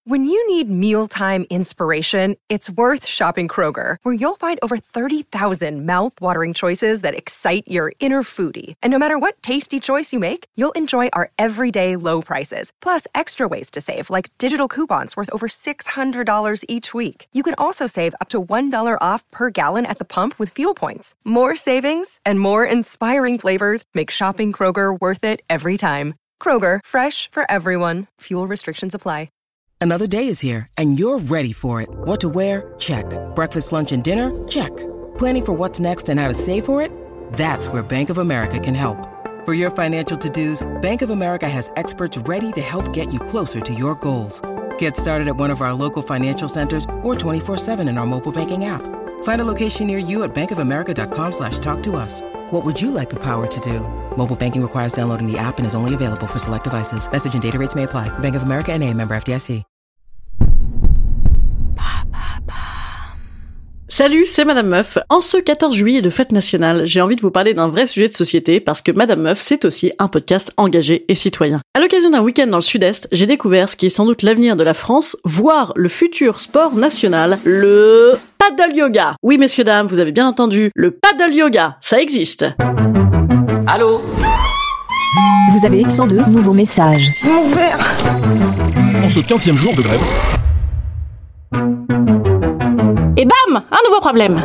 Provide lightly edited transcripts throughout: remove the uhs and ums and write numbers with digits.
When you need mealtime inspiration, it's worth shopping Kroger, where you'll find over 30,000 mouth-watering choices that excite your inner foodie. And no matter what tasty choice you make, you'll enjoy our everyday low prices, plus extra ways to save, like digital coupons worth over $600 each week. You can also save up to $1 off per gallon at the pump with fuel points. More savings and more inspiring flavors make shopping Kroger worth it every time. Kroger, fresh for everyone. Fuel restrictions apply. Another day is here, and you're ready for it. What to wear? Check. Breakfast, lunch, and dinner? Check. Planning for what's next and how to save for it? That's where Bank of America can help. For your financial to-dos, Bank of America has experts ready to help get you closer to your goals. Get started at one of our local financial centers or 24/7 in our mobile banking app. Find a location near you at bankofamerica.com/talktous. What would you like the power to do? Mobile banking requires downloading the app and is only available for select devices. Message and data rates may apply. Bank of America N.A., member FDIC. Salut, c'est Madame Meuf. En ce 14 juillet de fête nationale, j'ai envie de vous parler d'un vrai sujet de société parce que Madame Meuf, c'est aussi un podcast engagé et citoyen. À l'occasion d'un week-end dans le sud-est, j'ai découvert ce qui est sans doute l'avenir de la France, voire le futur sport national, le paddle yoga. Oui, messieurs, dames, vous avez bien entendu, le paddle yoga, ça existe. Allô ? Vous avez 102 nouveaux messages. Mon verre. En ce 15e jour de grève. Et bam, un nouveau problème.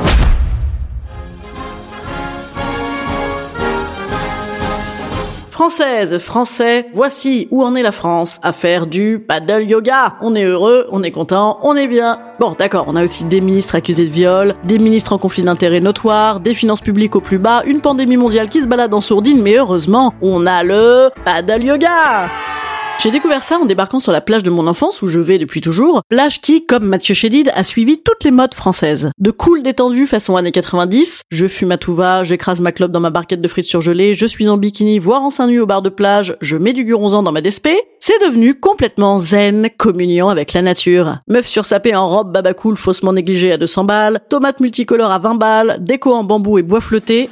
Françaises, Français, voici où en est la France à faire du paddle yoga. On est heureux, on est content, on est bien. Bon, d'accord, on a aussi des ministres accusés de viol, des ministres en conflit d'intérêts notoire, des finances publiques au plus bas, une pandémie mondiale qui se balade en sourdine, mais heureusement, on a le paddle yoga. J'ai découvert ça en débarquant sur la plage de mon enfance où je vais depuis toujours, plage qui, comme Mathieu Chédid, a suivi toutes les modes françaises. De cool détendu façon années 90, je fume à tout va, j'écrase ma clope dans ma barquette de frites surgelées, je suis en bikini, voire en seins nus au bar de plage, je mets du guronzan dans ma despé, c'est devenu complètement zen, communion avec la nature. Meuf sursapée en robe babacool faussement négligée à 200 balles, tomates multicolores à 20 balles, déco en bambou et bois flotté,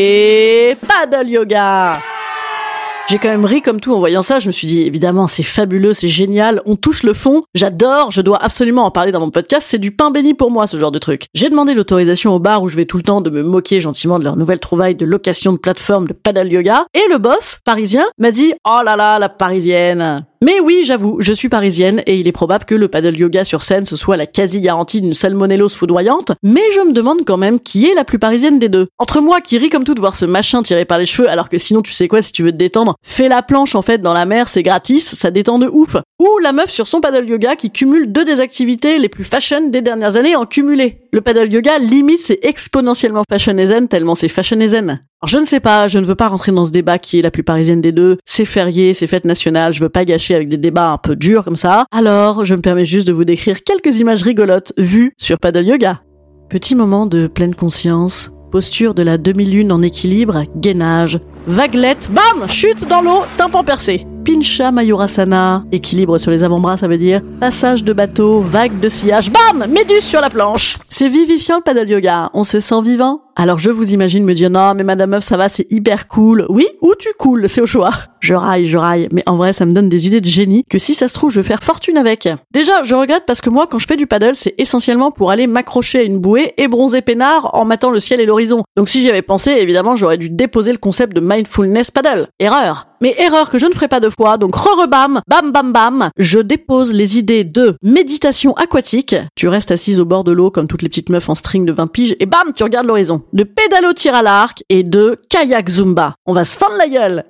et paddle yoga. J'ai quand même ri comme tout en voyant ça, je me suis dit, évidemment, c'est fabuleux, c'est génial, on touche le fond, j'adore, je dois absolument en parler dans mon podcast, c'est du pain béni pour moi, ce genre de truc. J'ai demandé l'autorisation au bar où je vais tout le temps de me moquer gentiment de leur nouvelle trouvaille de location de plateforme de paddle yoga, et le boss, parisien, m'a dit, oh là là, la parisienne. Mais oui, j'avoue, je suis parisienne et il est probable que le paddle yoga sur scène ce soit la quasi-garantie d'une salmonellose foudroyante, mais je me demande quand même qui est la plus parisienne des deux. Entre moi qui ris comme tout de voir ce machin tiré par les cheveux alors que sinon tu sais quoi, si tu veux te détendre, fais la planche en fait dans la mer, c'est gratis, ça détend de ouf. Ou la meuf sur son paddle yoga qui cumule deux des activités les plus fashion des dernières années en cumulé. Le paddle yoga, limite, c'est exponentiellement fashion et zen tellement c'est fashion et zen. Alors je ne sais pas, je ne veux pas rentrer dans ce débat qui est la plus parisienne des deux, c'est férié, c'est fête nationale, je veux pas gâcher avec des débats un peu durs comme ça. Alors, je me permets juste de vous décrire quelques images rigolotes vues sur paddle yoga. Petit moment de pleine conscience, posture de la demi-lune en équilibre, gainage, vaguelette, bam, chute dans l'eau, tympan percé. Pincha Mayurasana, équilibre sur les avant-bras, ça veut dire passage de bateau, vague de sillage, bam, méduse sur la planche. C'est vivifiant le paddle yoga, on se sent vivant. Alors je vous imagine me dire non mais Madame Meuf ça va, c'est hyper cool. Oui, ou tu coules, c'est au choix. Je raille, mais en vrai ça me donne des idées de génie que si ça se trouve je vais faire fortune avec. Déjà je regrette parce que moi quand je fais du paddle c'est essentiellement pour aller m'accrocher à une bouée et bronzer peinard en matant le ciel et l'horizon. Donc si j'y avais pensé évidemment j'aurais dû déposer le concept de mindfulness paddle. Erreur. Mais erreur que je ne ferai pas deux fois, donc re-bam, bam bam bam, je dépose les idées de méditation aquatique, tu restes assise au bord de l'eau comme toutes les petites meufs en string de 20 piges et bam, tu regardes l'horizon, de pédalo tir à l'arc et de kayak zumba. On va se fendre la gueule.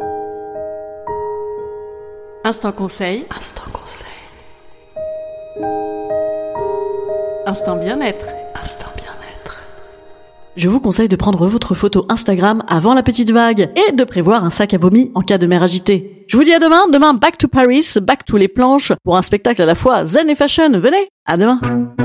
Instant conseil. Instant bien-être. Je vous conseille de prendre votre photo Instagram avant la petite vague et de prévoir un sac à vomi en cas de mer agitée. Je vous dis à demain, back to Paris, back to les planches pour un spectacle à la fois zen et fashion. Venez, à demain.